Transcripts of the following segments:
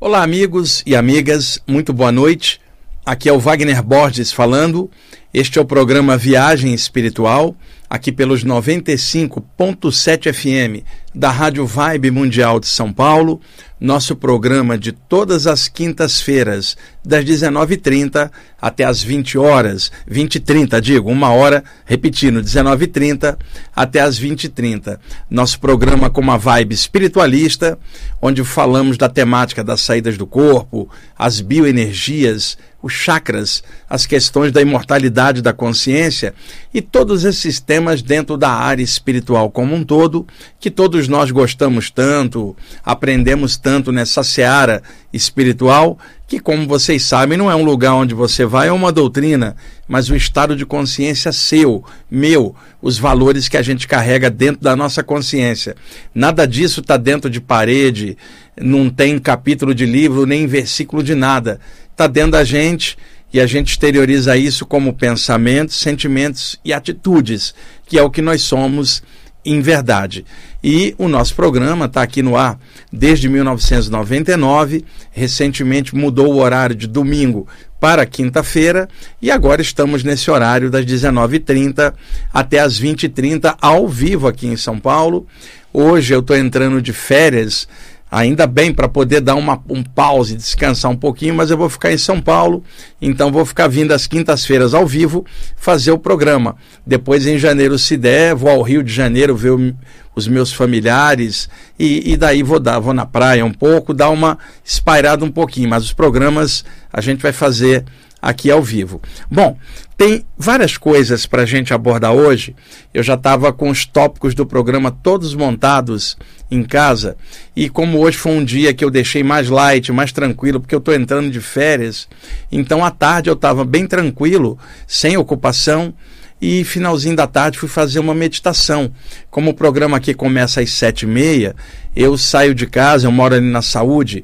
Olá, amigos e amigas, muito boa noite. Aqui é o Wagner Borges falando. Este é o programa Viagem Espiritual, aqui pelos 95.7 FM da Rádio Vibe Mundial de São Paulo. Nosso programa de todas as quintas-feiras, das 19h30 até as 20h30, uma hora, repetindo, 19h30 até as 20h30. Nosso programa com uma vibe espiritualista, onde falamos da temática das saídas do corpo, as bioenergias, os chakras, as questões da imortalidade da consciência e todos esses temas dentro da área espiritual como um todo, que todos nós gostamos tanto, aprendemos tanto nessa seara espiritual, que, como vocês sabem, não é um lugar onde você vai a uma doutrina, mas o estado de consciência seu, meu, os valores que a gente carrega dentro da nossa consciência. Nada disso está dentro de parede, não tem capítulo de livro, nem versículo de nada. Está dentro da gente e a gente exterioriza isso como pensamentos, sentimentos e atitudes, que é o que nós somos em verdade. E o nosso programa está aqui no ar desde 1999, recentemente mudou o horário de domingo para quinta-feira e agora estamos nesse horário das 19h30 até as 20h30 ao vivo aqui em São Paulo. Hoje eu estou entrando de férias, ainda bem, para poder dar um pause, descansar um pouquinho, mas eu vou ficar em São Paulo, então vou ficar vindo às quintas-feiras ao vivo fazer o programa. Depois, em janeiro, se der, vou ao Rio de Janeiro ver os meus familiares e daí vou na praia um pouco, dar uma espairada um pouquinho, mas os programas a gente vai fazer aqui ao vivo. Bom, tem várias coisas para a gente abordar hoje. Eu já estava com os tópicos do programa todos montados em casa e como hoje foi um dia que eu deixei mais light, mais tranquilo, porque eu estou entrando de férias, então à tarde eu estava bem tranquilo, sem ocupação, e finalzinho da tarde fui fazer uma meditação. Como o programa aqui começa às 7h30, eu saio de casa, eu moro ali na Saúde,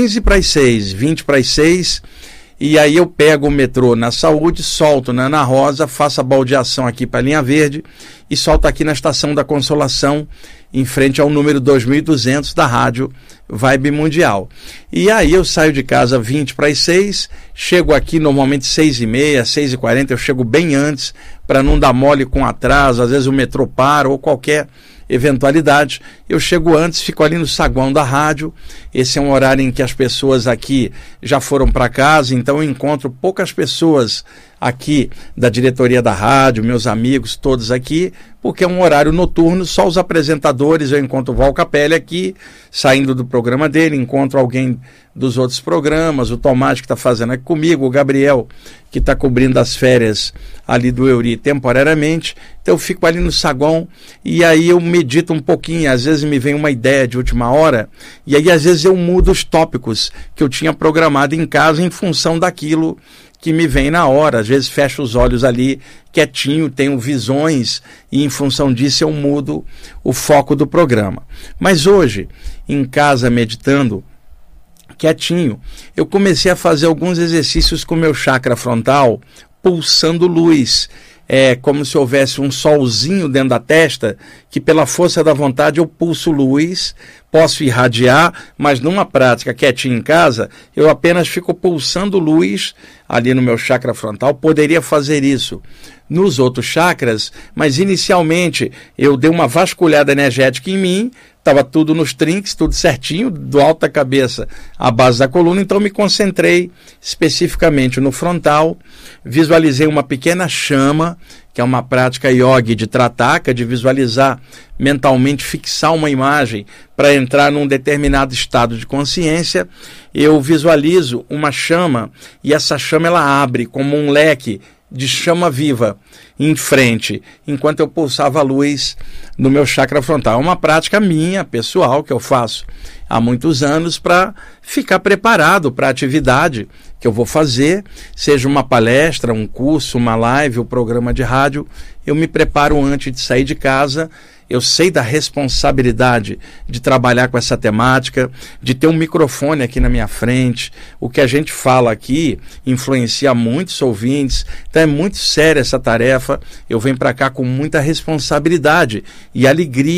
15h45, 20h45, e aí eu pego o metrô na Saúde, solto na Ana Rosa, faço a baldeação aqui para a linha verde e solto aqui na Estação da Consolação, em frente ao número 2200 da Rádio Vibe Mundial. E aí eu saio de casa 20h45, chego aqui normalmente 6h30, 6h40, eu chego bem antes para não dar mole com atraso, às vezes o metrô para ou qualquer eventualidade, eu chego antes, fico ali no saguão da rádio. Esse é um horário em que as pessoas aqui já foram para casa, então eu encontro poucas pessoas aqui da diretoria da rádio, meus amigos todos aqui, porque é um horário noturno, só os apresentadores. Eu encontro o Val Capelli aqui, saindo do programa dele, encontro alguém dos outros programas, o Tomás que está fazendo aqui comigo, o Gabriel que está cobrindo as férias ali do Euri temporariamente. Então eu fico ali no saguão e aí eu medito um pouquinho, às vezes me vem uma ideia de última hora e aí às vezes eu mudo os tópicos que eu tinha programado em casa em função daquilo que me vem na hora. Às vezes fecho os olhos ali quietinho, tenho visões e em função disso eu mudo o foco do programa. Mas hoje, em casa meditando, quietinho, eu comecei a fazer alguns exercícios com o meu chakra frontal, pulsando luz. É como se houvesse um solzinho dentro da testa, que pela força da vontade eu pulso luz, posso irradiar, mas numa prática quietinha em casa, eu apenas fico pulsando luz ali no meu chakra frontal. Poderia fazer isso nos outros chakras, mas inicialmente eu dei uma vasculhada energética em mim, estava tudo nos trinques, tudo certinho, do alto da cabeça à base da coluna, então me concentrei especificamente no frontal, visualizei uma pequena chama, que é uma prática yogi de trataka, de visualizar mentalmente, fixar uma imagem para entrar num determinado estado de consciência. Eu visualizo uma chama e essa chama ela abre como um leque de chama viva em frente, enquanto eu pulsava a luz no meu chakra frontal. É uma prática minha, pessoal, que eu faço há muitos anos para ficar preparado para a atividade que eu vou fazer, seja uma palestra, um curso, uma live, um programa de rádio. Eu me preparo antes de sair de casa. Eu sei da responsabilidade de trabalhar com essa temática, de ter um microfone aqui na minha frente. O que a gente fala aqui influencia muitos ouvintes, então é muito séria essa tarefa. Eu venho para cá com muita responsabilidade e alegria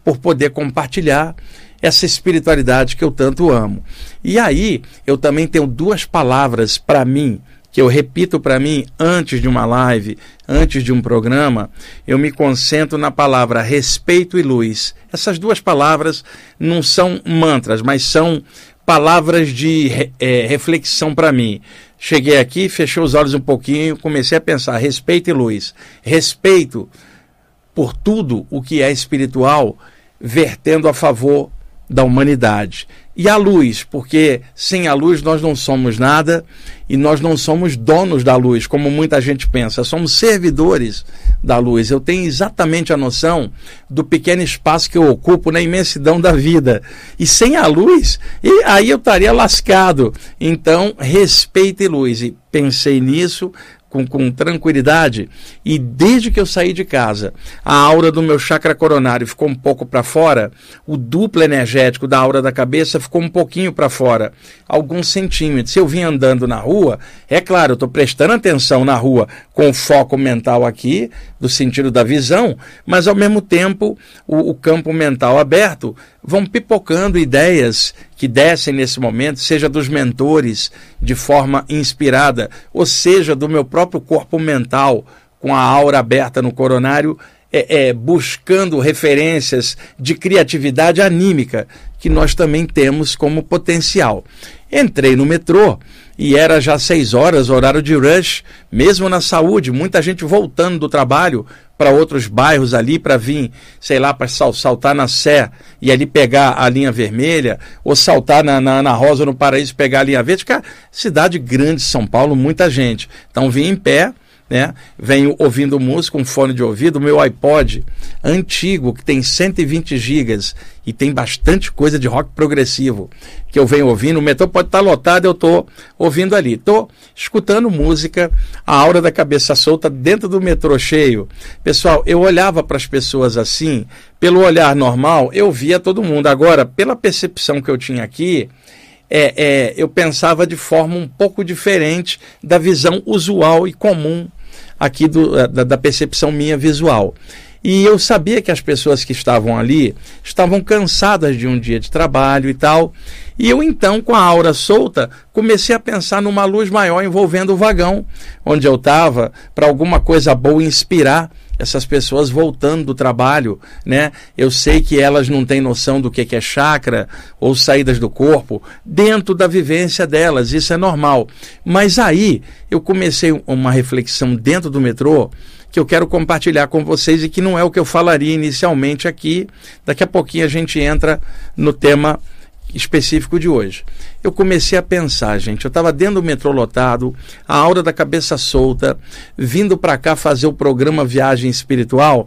por poder compartilhar essa espiritualidade que eu tanto amo. E aí, eu também tenho 2 palavras para mim, que eu repito para mim antes de uma live, antes de um programa. Eu me concentro na palavra respeito e luz. Essas 2 palavras não são mantras, mas são palavras de reflexão para mim. Cheguei aqui, fechei os olhos um pouquinho, comecei a pensar, respeito e luz. Respeito por tudo o que é espiritual, vertendo a favor da humanidade. E a luz, porque sem a luz nós não somos nada e nós não somos donos da luz, como muita gente pensa, somos servidores da luz. Eu tenho exatamente a noção do pequeno espaço que eu ocupo na imensidão da vida. E sem a luz, aí eu estaria lascado. Então, respeito e luz. E pensei nisso com tranquilidade, e desde que eu saí de casa, a aura do meu chakra coronário ficou um pouco para fora, o duplo energético da aura da cabeça ficou um pouquinho para fora, alguns centímetros. Se eu vim andando na rua, é claro, eu estou prestando atenção na rua com o foco mental aqui, do sentido da visão, mas ao mesmo tempo o campo mental aberto, vão pipocando ideias que descem nesse momento, seja dos mentores de forma inspirada, ou seja do meu próprio corpo mental com a aura aberta no coronário, buscando referências de criatividade anímica que nós também temos como potencial. Entrei no metrô e era já 6 horas, horário de rush, mesmo na saúde, muita gente voltando do trabalho para outros bairros ali para vir, sei lá, para saltar na Sé e ali pegar a linha vermelha, ou saltar na Rosa no Paraíso pegar a linha verde. Cara, cidade grande, São Paulo, muita gente. Então vim em pé, né? Venho ouvindo música, um fone de ouvido, o meu iPod antigo, que tem 120 gigas e tem bastante coisa de rock progressivo, que eu venho ouvindo. O metrô pode estar lotado, eu estou ouvindo ali. Estou escutando música, a aura da cabeça solta dentro do metrô cheio. Pessoal, eu olhava para as pessoas assim, pelo olhar normal, eu via todo mundo. Agora, pela percepção que eu tinha aqui, eu pensava de forma um pouco diferente da visão usual e comum aqui da percepção minha visual. E eu sabia que as pessoas que estavam ali estavam cansadas de um dia de trabalho e tal. E eu então, com a aura solta, comecei a pensar numa luz maior envolvendo o vagão onde eu estava, para alguma coisa boa inspirar essas pessoas voltando do trabalho, né? Eu sei que elas não têm noção do que é chakra ou saídas do corpo, dentro da vivência delas, isso é normal. Mas aí eu comecei uma reflexão dentro do metrô que eu quero compartilhar com vocês e que não é o que eu falaria inicialmente aqui. Daqui a pouquinho a gente entra no tema específico de hoje. Eu comecei a pensar, gente, eu estava dentro do metrô lotado, a aura da cabeça solta, vindo para cá fazer o programa Viagem Espiritual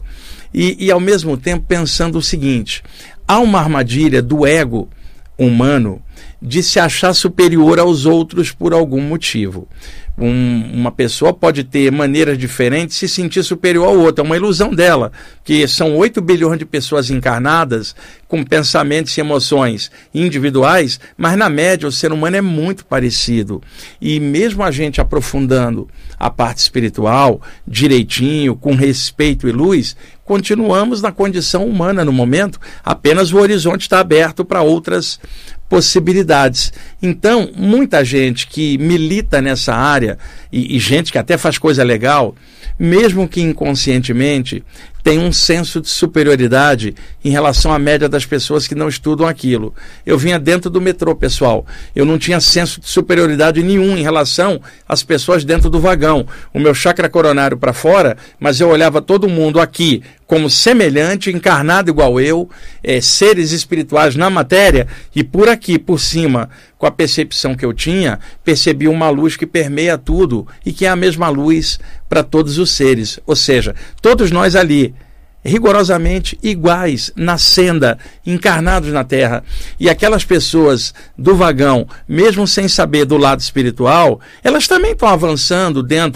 e ao mesmo tempo pensando o seguinte: há uma armadilha do ego humano de se achar superior aos outros por algum motivo. Uma pessoa pode ter maneiras diferentes, se sentir superior ao outro, é uma ilusão dela, que são 8 bilhões de pessoas encarnadas com pensamentos e emoções individuais, mas na média o ser humano é muito parecido. E mesmo a gente aprofundando a parte espiritual direitinho, com respeito e luz, continuamos na condição humana no momento, apenas o horizonte está aberto para outras possibilidades. Então, muita gente que milita nessa área e gente que até faz coisa legal, mesmo que inconscientemente, tem um senso de superioridade em relação à média das pessoas que não estudam aquilo. Eu vinha dentro do metrô, pessoal. Eu não tinha senso de superioridade nenhum em relação às pessoas dentro do vagão. O meu chakra coronário para fora, mas eu olhava todo mundo aqui como semelhante, encarnado igual eu, seres espirituais na matéria, e por aqui, por cima, com a percepção que eu tinha, percebi uma luz que permeia tudo e que é a mesma luz para todos os seres. Ou seja, todos nós ali, rigorosamente iguais na senda, encarnados na Terra. E aquelas pessoas do vagão, mesmo sem saber do lado espiritual, elas também estão avançando dentro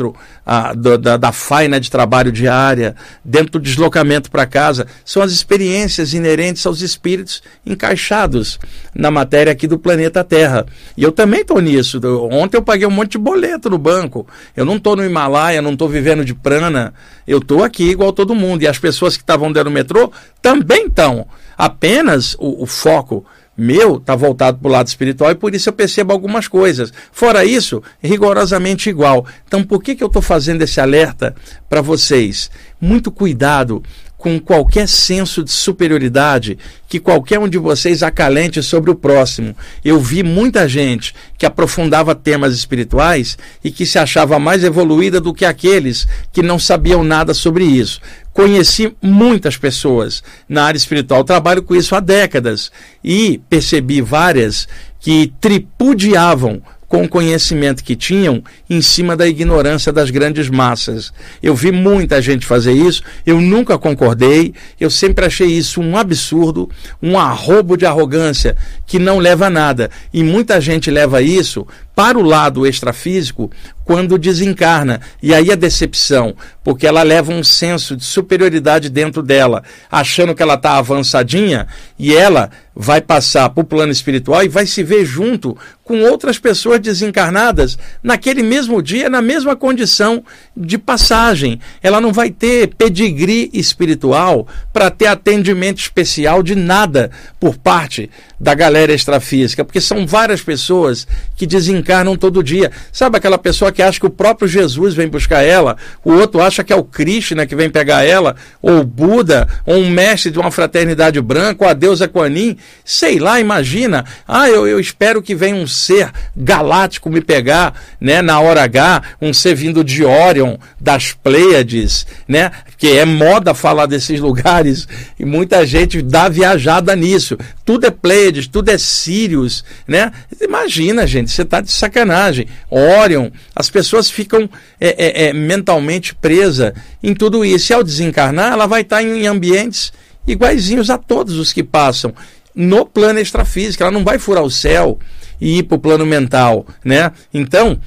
da faina de trabalho diária, dentro do deslocamento para casa. São as experiências inerentes aos espíritos encaixados na matéria aqui do planeta Terra. E eu também estou nisso. Ontem eu paguei um monte de boleto no banco. Eu não estou no Himalaia, não estou vivendo de prana. Eu estou aqui igual todo mundo. E as pessoas que estavam dentro do metrô também estão. Apenas o foco meu está voltado para o lado espiritual e por isso eu percebo algumas coisas. Fora isso, rigorosamente igual. Então por que eu estou fazendo esse alerta para vocês? Muito cuidado com qualquer senso de superioridade que qualquer um de vocês acalente sobre o próximo. Eu vi muita gente que aprofundava temas espirituais e que se achava mais evoluída do que aqueles que não sabiam nada sobre isso. Conheci muitas pessoas na área espiritual, trabalho com isso há décadas e percebi várias que tripudiavam com o conhecimento que tinham em cima da ignorância das grandes massas. Eu vi muita gente fazer isso, eu nunca concordei, eu sempre achei isso um absurdo, um arrobo de arrogância que não leva a nada. E muita gente leva isso para o lado extrafísico quando desencarna. E aí a decepção, porque ela leva um senso de superioridade dentro dela, achando que ela está avançadinha, e ela vai passar para o plano espiritual e vai se ver junto com outras pessoas desencarnadas naquele mesmo dia, na mesma condição de passagem. Ela não vai ter pedigree espiritual para ter atendimento especial de nada por parte da galera extrafísica, porque são várias pessoas que desencarnam todo dia. Sabe aquela pessoa que acha que o próprio Jesus vem buscar ela, o outro acha que é o Krishna que vem pegar ela, ou o Buda, ou um mestre de uma fraternidade branca, ou a deusa Kuan Yin, sei lá, imagina, eu espero que venha um ser galáctico me pegar, né, na hora H, um ser vindo de Orion, das Pleiades, né, que é moda falar desses lugares, e muita gente dá viajada nisso. Tudo é Pleiades, tudo é Sirius, né? Imagina, gente, você está de sacanagem. Orion, as pessoas ficam mentalmente presas em tudo isso. E ao desencarnar, ela vai estar em ambientes iguaizinhos a todos os que passam no plano extrafísico. Ela não vai furar o céu e ir para o plano mental, né? Então,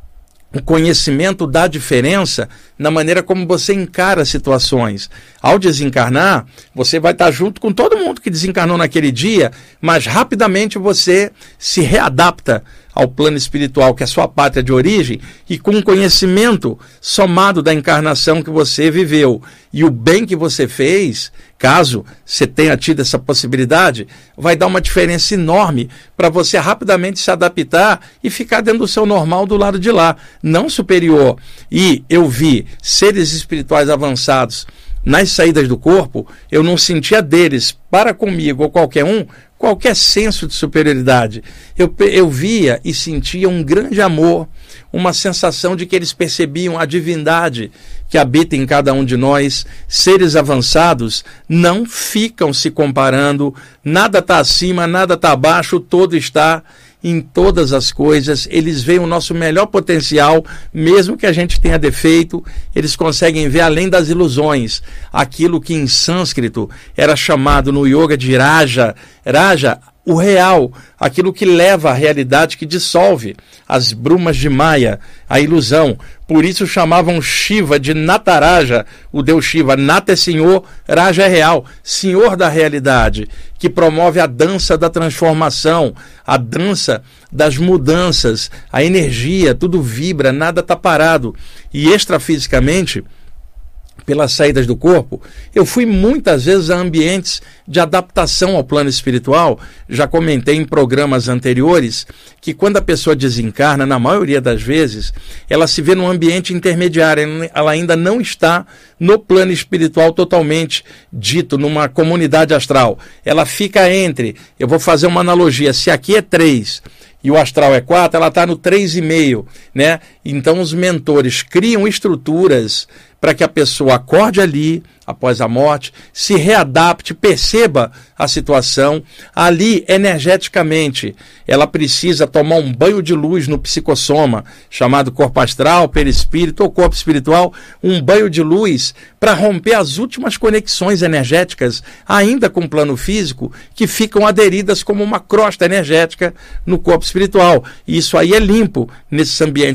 o conhecimento dá diferença na maneira como você encara situações. Ao desencarnar, você vai estar junto com todo mundo que desencarnou naquele dia, mas rapidamente você se readapta ao plano espiritual, que é a sua pátria de origem, e com o conhecimento somado da encarnação que você viveu e o bem que você fez, caso você tenha tido essa possibilidade, vai dar uma diferença enorme para você rapidamente se adaptar e ficar dentro do seu normal do lado de lá, não superior. E eu vi seres espirituais avançados nas saídas do corpo, eu não sentia deles, para comigo ou qualquer um, qualquer senso de superioridade. Eu via e sentia um grande amor, uma sensação de que eles percebiam a divindade que habita em cada um de nós. Seres avançados não ficam se comparando, nada está acima, nada está abaixo, todo está em todas as coisas. Eles veem o nosso melhor potencial, mesmo que a gente tenha defeito, eles conseguem ver além das ilusões, aquilo que em sânscrito era chamado no yoga de Raja, o real, aquilo que leva à realidade, que dissolve as brumas de Maya, a ilusão. Por isso chamavam Shiva de Nataraja, o deus Shiva. Nata é senhor, Raja é real, senhor da realidade, que promove a dança da transformação, a dança das mudanças, a energia, tudo vibra, nada está parado. E extrafisicamente, pelas saídas do corpo, eu fui muitas vezes a ambientes de adaptação ao plano espiritual. Já comentei em programas anteriores que quando a pessoa desencarna, na maioria das vezes, ela se vê num ambiente intermediário, ela ainda não está no plano espiritual totalmente dito, numa comunidade astral. Ela fica entre, eu vou fazer uma analogia, se aqui é 3 e o astral é 4, ela está no 3,5, né? Então os mentores criam estruturas para que a pessoa acorde ali, após a morte, se readapte, perceba a situação. Ali, energeticamente, ela precisa tomar um banho de luz no psicossoma, chamado corpo astral, perispírito ou corpo espiritual, um banho de luz para romper as últimas conexões energéticas, ainda com o plano físico, que ficam aderidas como uma crosta energética no corpo espiritual. E isso aí é limpo nesses ambientes intermediários.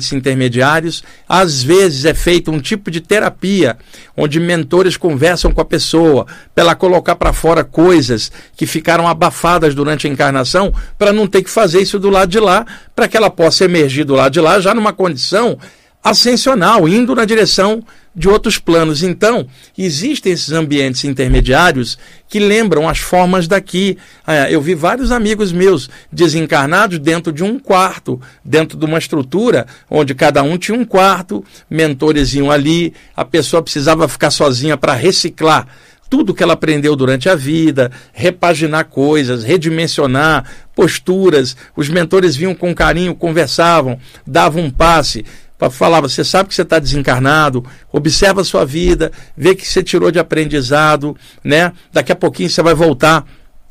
intermediários. Às vezes é feito um tipo de terapia, onde mentores conversam com a pessoa, para ela colocar para fora coisas que ficaram abafadas durante a encarnação, para não ter que fazer isso do lado de lá, para que ela possa emergir do lado de lá já numa condição ascensional, indo na direção de outros planos. Então, existem esses ambientes intermediários que lembram as formas daqui. Eu vi vários amigos meus desencarnados dentro de um quarto, dentro de uma estrutura onde cada um tinha um quarto, mentores iam ali, a pessoa precisava ficar sozinha para reciclar tudo que ela aprendeu durante a vida, repaginar coisas, redimensionar posturas. Os mentores vinham com carinho, conversavam, davam um passe, falava: você sabe que você está desencarnado, observa a sua vida, vê que você tirou de aprendizado, né? Daqui a pouquinho você vai voltar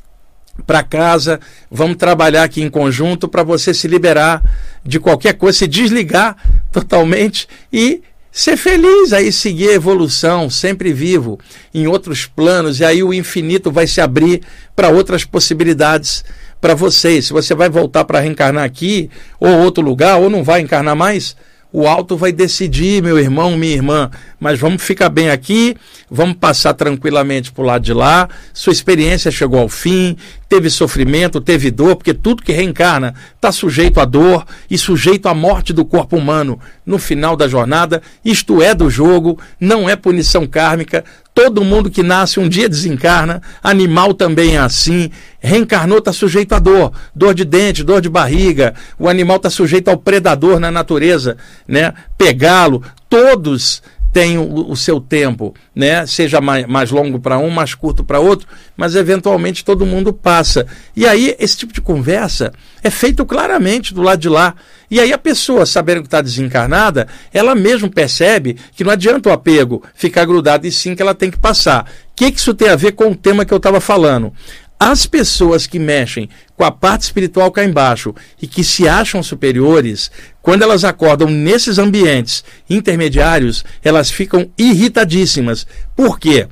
para casa, vamos trabalhar aqui em conjunto para você se liberar de qualquer coisa, se desligar totalmente e ser feliz, aí seguir a evolução, sempre vivo, em outros planos, e aí o infinito vai se abrir para outras possibilidades para vocês. Se você vai voltar para reencarnar aqui, ou outro lugar, ou não vai encarnar mais, o alto vai decidir, meu irmão, minha irmã, mas vamos ficar bem aqui, vamos passar tranquilamente para o lado de lá. Sua experiência chegou ao fim, teve sofrimento, teve dor, porque tudo que reencarna está sujeito à dor e sujeito à morte do corpo humano no final da jornada. Isto é do jogo, não é punição kármica. Todo mundo que nasce um dia desencarna, animal também é assim. Reencarnou, está sujeito à dor, dor de dente, dor de barriga. O animal está sujeito ao predador na natureza, né? Pegá-lo. Todos têm o seu tempo, né? Seja mais longo para um, mais curto para outro, mas eventualmente todo mundo passa. E aí esse tipo de conversa é feito claramente do lado de lá. E aí a pessoa, sabendo que está desencarnada, ela mesmo percebe que não adianta o apego ficar grudado, e sim que ela tem que passar. O que isso tem a ver com o tema que eu estava falando? As pessoas que mexem com a parte espiritual cá embaixo e que se acham superiores, quando elas acordam nesses ambientes intermediários, elas ficam irritadíssimas. Por quê?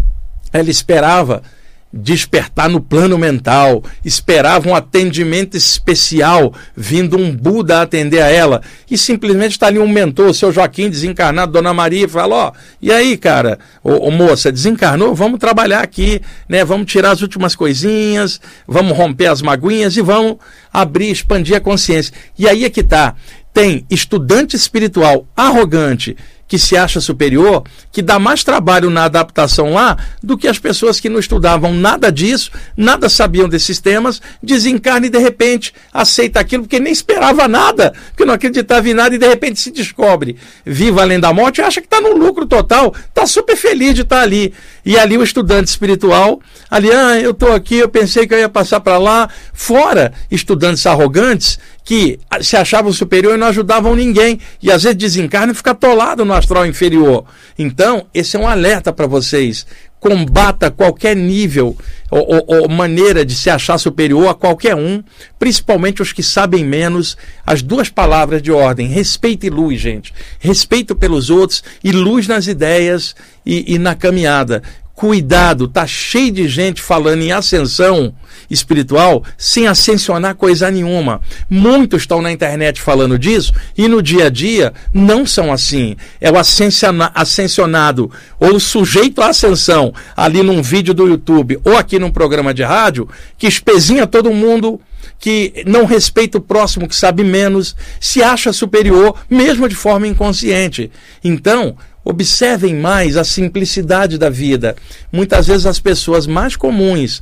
Ela esperava despertar no plano mental, esperava um atendimento especial, vindo um Buda atender a ela, e simplesmente está ali um mentor, o seu Joaquim desencarnado, Dona Maria, e fala: ó, e aí, cara, ô moça, desencarnou? Vamos trabalhar aqui, né? Vamos tirar as últimas coisinhas, vamos romper as maguinhas e vamos abrir, expandir a consciência. E aí é que tá, tem estudante espiritual arrogante, que se acha superior, que dá mais trabalho na adaptação lá do que as pessoas que não estudavam nada disso, nada sabiam desses temas, desencarna e de repente aceita aquilo porque nem esperava nada, porque não acreditava em nada, e de repente se descobre vivo além da morte e acha que está no lucro total, está super feliz de estar ali. E ali o estudante espiritual, ali: eu estou aqui, eu pensei que eu ia passar para lá. Fora estudantes arrogantes que se achavam superior e não ajudavam ninguém, e às vezes desencarnam e fica atolado no astral inferior. Então, esse é um alerta para vocês. Combata qualquer nível ou maneira de se achar superior a qualquer um, principalmente os que sabem menos. As duas palavras de ordem: respeito e luz, gente. Respeito pelos outros e luz nas ideias e na caminhada. Cuidado, tá cheio de gente falando em ascensão espiritual sem ascensionar coisa nenhuma. Muitos estão na internet falando disso e no dia a dia não são assim. É o ascensionado ou o sujeito à ascensão ali num vídeo do YouTube ou aqui num programa de rádio que espezinha todo mundo, que não respeita o próximo, que sabe menos, se acha superior, mesmo de forma inconsciente. Então, observem mais a simplicidade da vida. Muitas vezes as pessoas mais comuns,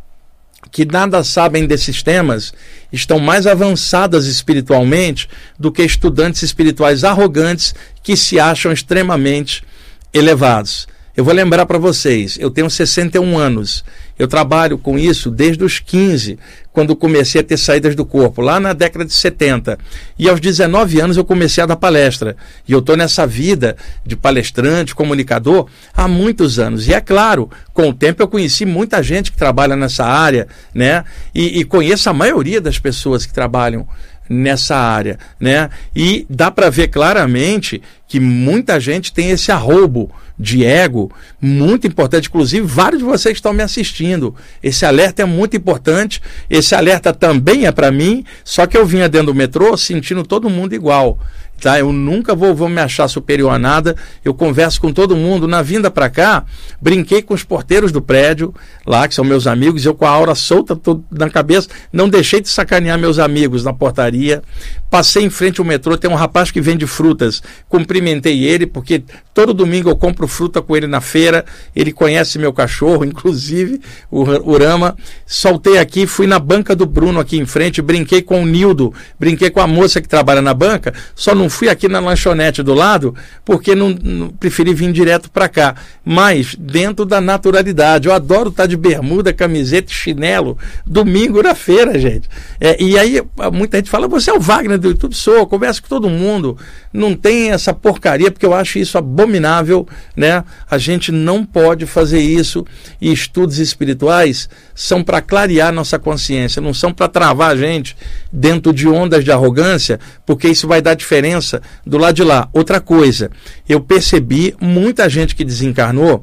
que nada sabem desses temas, estão mais avançadas espiritualmente do que estudantes espirituais arrogantes que se acham extremamente elevados. Eu vou lembrar para vocês, eu tenho 61 anos, eu trabalho com isso desde os 15, quando comecei a ter saídas do corpo, lá na década de 70. E aos 19 anos eu comecei a dar palestra. E eu estou nessa vida de palestrante, comunicador, há muitos anos. E é claro, com o tempo eu conheci muita gente que trabalha nessa área, né? E conheço a maioria das pessoas que trabalham nessa área, né? E dá para ver claramente que muita gente tem esse arrobo de ego muito importante. Inclusive vários de vocês que estão me assistindo, esse alerta é muito importante. Esse alerta também é para mim, só que eu vinha dentro do metrô sentindo todo mundo igual. tá? Eu nunca vou me achar superior a nada. Eu converso com todo mundo. Na vinda para cá, brinquei com os porteiros do prédio lá, que são meus amigos, eu com a aura solta na cabeça, não deixei de sacanear meus amigos na portaria. Passei em frente ao metrô, tem um rapaz que vende frutas, cumprimentei ele, porque todo domingo eu compro fruta com ele na feira, ele conhece meu cachorro, inclusive, o Urama. Soltei aqui, fui na banca do Bruno aqui em frente, brinquei com o Nildo, brinquei com a moça que trabalha na banca, só não fui aqui na lanchonete do lado, porque não preferi vir direto para cá, mas dentro da naturalidade. Eu adoro estar de bermuda, camiseta e chinelo, domingo na feira, gente. E aí muita gente fala, você é o Wagner do YouTube? Sou, converso com todo mundo, não tem essa porcaria, porque eu acho isso abominável, né? A gente não pode fazer isso, e estudos espirituais são para clarear nossa consciência, não são para travar a gente dentro de ondas de arrogância, porque isso vai dar diferença do lado de lá. Outra coisa, eu percebi muita gente que desencarnou,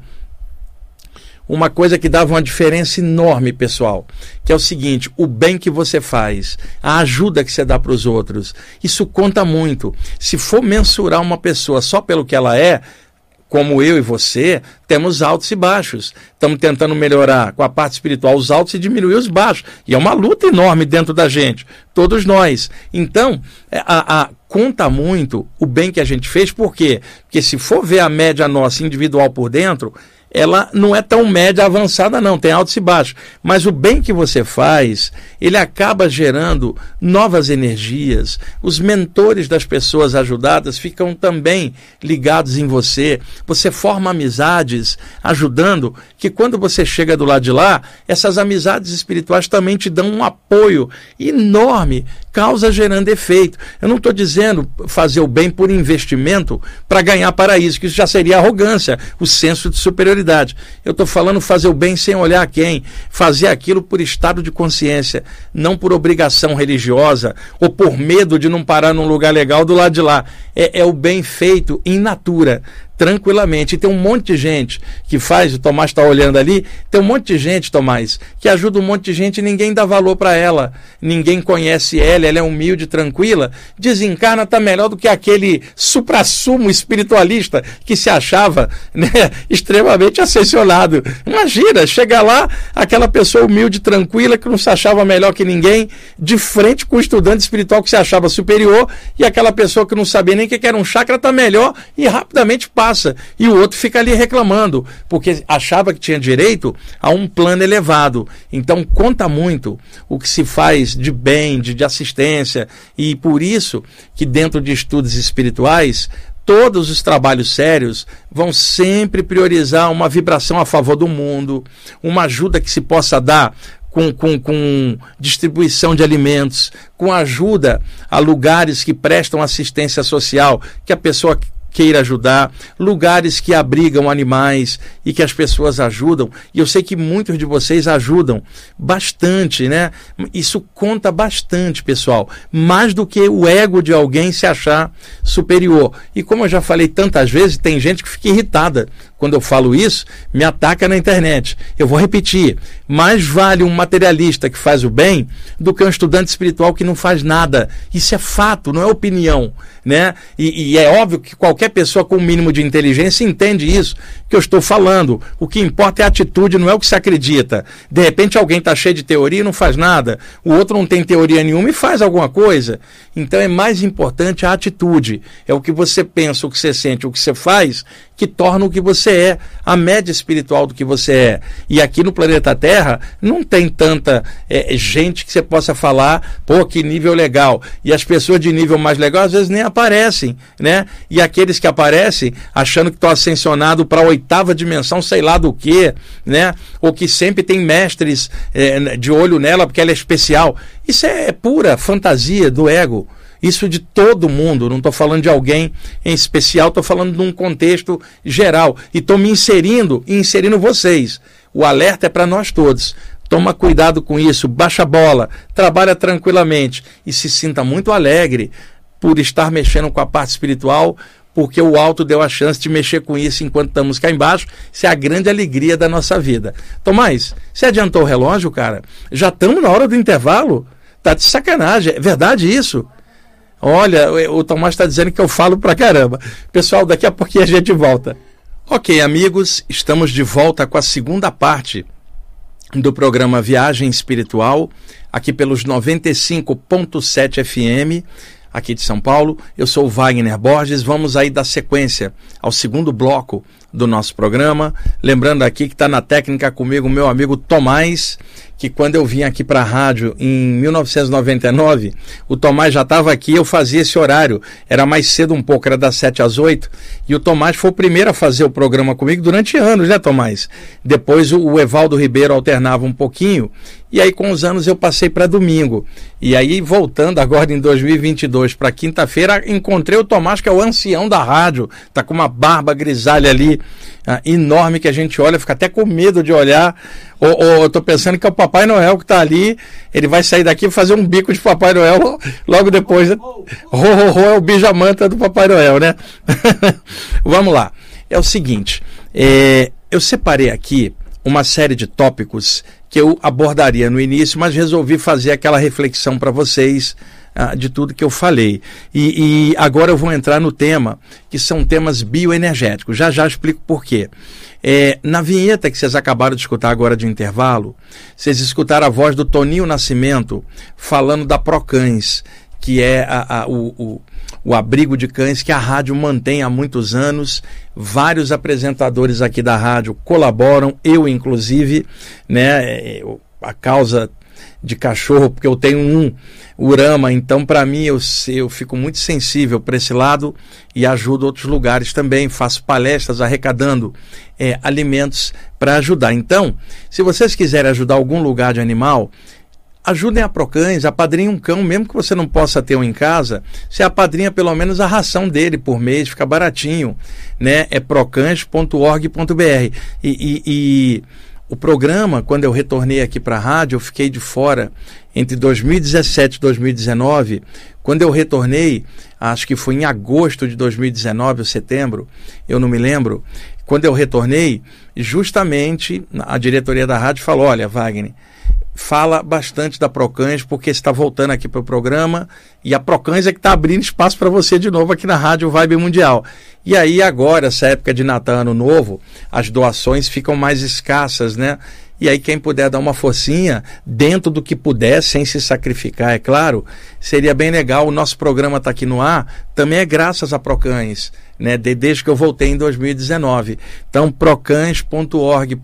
uma coisa que dava uma diferença enorme, pessoal, que é o seguinte: o bem que você faz, a ajuda que você dá para os outros, isso conta muito. Se for mensurar uma pessoa só pelo que ela é, como eu e você, temos altos e baixos. Estamos tentando melhorar com a parte espiritual os altos e diminuir os baixos. E é uma luta enorme dentro da gente, todos nós. Então, conta muito o bem que a gente fez. Por quê? Porque se for ver a média nossa individual por dentro, ela não é tão média avançada não, tem altos e baixos. Mas o bem que você faz, ele acaba gerando novas energias. Os mentores das pessoas ajudadas ficam também ligados em você. Você forma amizades ajudando, que quando você chega do lado de lá, essas amizades espirituais também te dão um apoio enorme, causa gerando efeito. Eu não estou dizendo fazer o bem por investimento para ganhar paraíso, que isso já seria arrogância, o senso de superioridade. Eu estou falando fazer o bem sem olhar a quem, fazer aquilo por estado de consciência, não por obrigação religiosa ou por medo de não parar num lugar legal do lado de lá. É o bem feito in natura, tranquilamente. E tem um monte de gente que faz, o Tomás está olhando ali, tem um monte de gente, Tomás, que ajuda um monte de gente e ninguém dá valor para ela, ninguém conhece ela é humilde, tranquila, desencarna, está melhor do que aquele suprassumo espiritualista que se achava, né, extremamente ascensionado. Imagina, chega lá, aquela pessoa humilde, tranquila, que não se achava melhor que ninguém, de frente com o estudante espiritual que se achava superior, e aquela pessoa que não sabia nem o que era um chakra está melhor e rapidamente passa, e o outro fica ali reclamando, porque achava que tinha direito a um plano elevado. Então conta muito o que se faz de bem, de assistência, e por isso que dentro de estudos espirituais, todos os trabalhos sérios vão sempre priorizar uma vibração a favor do mundo, uma ajuda que se possa dar com distribuição de alimentos, com ajuda a lugares que prestam assistência social, que a pessoa queira ajudar, lugares que abrigam animais e que as pessoas ajudam. E eu sei que muitos de vocês ajudam bastante, né? Isso conta bastante, pessoal, mais do que o ego de alguém se achar superior. E como eu já falei tantas vezes, tem gente que fica irritada quando eu falo isso, me ataca na internet. Eu vou repetir: mais vale um materialista que faz o bem do que um estudante espiritual que não faz nada. Isso é fato, não é opinião, né? E é óbvio que qualquer pessoa com o mínimo de inteligência entende isso que eu estou falando. O que importa é a atitude, não é o que se acredita. De repente alguém está cheio de teoria e não faz nada, o outro não tem teoria nenhuma e faz alguma coisa. Então é mais importante a atitude. É o que você pensa, o que você sente, o que você faz, que torna o que você é, a média espiritual do que você é. E aqui no planeta Terra não tem tanta gente que você possa falar, pô, que nível legal. E as pessoas de nível mais legal às vezes nem aparecem, né? E aqueles que aparecem achando que estão ascensionados para a 8ª dimensão, sei lá do que, né? Ou que sempre tem mestres de olho nela porque ela é especial. Isso é pura fantasia do ego. Isso de todo mundo, não estou falando de alguém em especial, estou falando de um contexto geral. E estou me inserindo vocês. O alerta é para nós todos. Toma cuidado com isso, baixa a bola, trabalha tranquilamente e se sinta muito alegre por estar mexendo com a parte espiritual, porque o alto deu a chance de mexer com isso enquanto estamos cá embaixo. Isso é a grande alegria da nossa vida. Tomás, você adiantou o relógio, cara? Já estamos na hora do intervalo? Tá de sacanagem, é verdade isso? Olha, o Tomás está dizendo que eu falo pra caramba. Pessoal, daqui a pouquinho a gente volta. Ok, amigos, estamos de volta com a segunda parte do programa Viagem Espiritual, aqui pelos 95.7 FM, aqui de São Paulo. Eu sou o Wagner Borges. Vamos aí dar sequência ao segundo bloco do nosso programa. Lembrando aqui que está na técnica comigo o meu amigo Tomás, que quando eu vim aqui para a rádio em 1999, o Tomás já estava aqui, eu fazia esse horário, era mais cedo um pouco, era das 7 às 8, e o Tomás foi o primeiro a fazer o programa comigo durante anos, né, Tomás? Depois o Evaldo Ribeiro alternava um pouquinho, e aí com os anos eu passei para domingo. E aí, voltando agora em 2022 para quinta-feira, encontrei o Tomás, que é o ancião da rádio, tá com uma barba grisalha ali, enorme, que a gente olha, fica até com medo de olhar. Eu tô pensando que é o Papai Noel que tá ali, ele vai sair daqui e fazer um bico de Papai Noel logo depois. É o bijamanta do Papai Noel, né? Vamos lá. É o seguinte, eu separei aqui uma série de tópicos que eu abordaria no início, mas resolvi fazer aquela reflexão para vocês de tudo que eu falei. E agora eu vou entrar no tema, que são temas bioenergéticos. Já explico por quê. Na vinheta que vocês acabaram de escutar agora de intervalo, vocês escutaram a voz do Toninho Nascimento falando da Procães, que é o abrigo de cães que a rádio mantém há muitos anos. Vários apresentadores aqui da rádio colaboram, eu inclusive, né? A causa de cachorro, porque eu tenho um Urama, então para mim eu fico muito sensível para esse lado e ajudo outros lugares também, faço palestras arrecadando alimentos para ajudar. Então, se vocês quiserem ajudar algum lugar de animal, ajudem a Procães, apadrinhem um cão, mesmo que você não possa ter um em casa, você apadrinha pelo menos a ração dele por mês, fica baratinho, né? É procães.org.br. E o programa, quando eu retornei aqui para a rádio, eu fiquei de fora entre 2017 e 2019. Quando eu retornei, acho que foi em agosto de 2019 ou setembro, eu não me lembro. Quando eu retornei, justamente a diretoria da rádio falou: olha, Wagner, fala bastante da Procães, porque você está voltando aqui para o programa, e a Procães é que está abrindo espaço para você de novo aqui na Rádio Vibe Mundial. E aí agora, essa época de Natal, Ano Novo, as doações ficam mais escassas, né? E aí quem puder dar uma forcinha, dentro do que puder, sem se sacrificar, é claro, seria bem legal. O nosso programa está aqui no ar, também é graças a Procães, né? Desde que eu voltei em 2019. Então, procães.org.br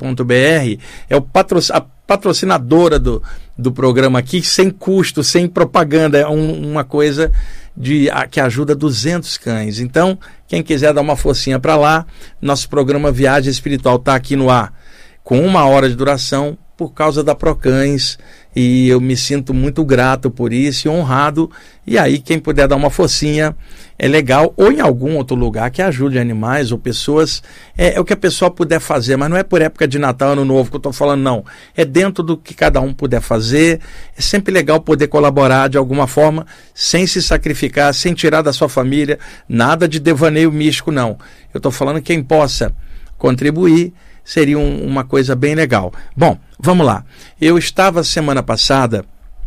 é a patrocinadora do programa aqui, sem custo, sem propaganda, é uma coisa que ajuda 200 cães. Então, quem quiser dar uma forcinha para lá, nosso programa Viagem Espiritual está aqui no ar, com 1 hora de duração, por causa da Procães, e eu me sinto muito grato por isso e honrado. E aí quem puder dar uma forcinha é legal, ou em algum outro lugar que ajude animais ou pessoas, é o que a pessoa puder fazer, mas não é por época de Natal, Ano Novo que eu estou falando, não, é dentro do que cada um puder fazer. É sempre legal poder colaborar de alguma forma, sem se sacrificar, sem tirar da sua família, nada de devaneio místico, não. Eu estou falando quem possa contribuir, seria uma coisa bem legal. Bom, vamos lá. Eu estava semana passada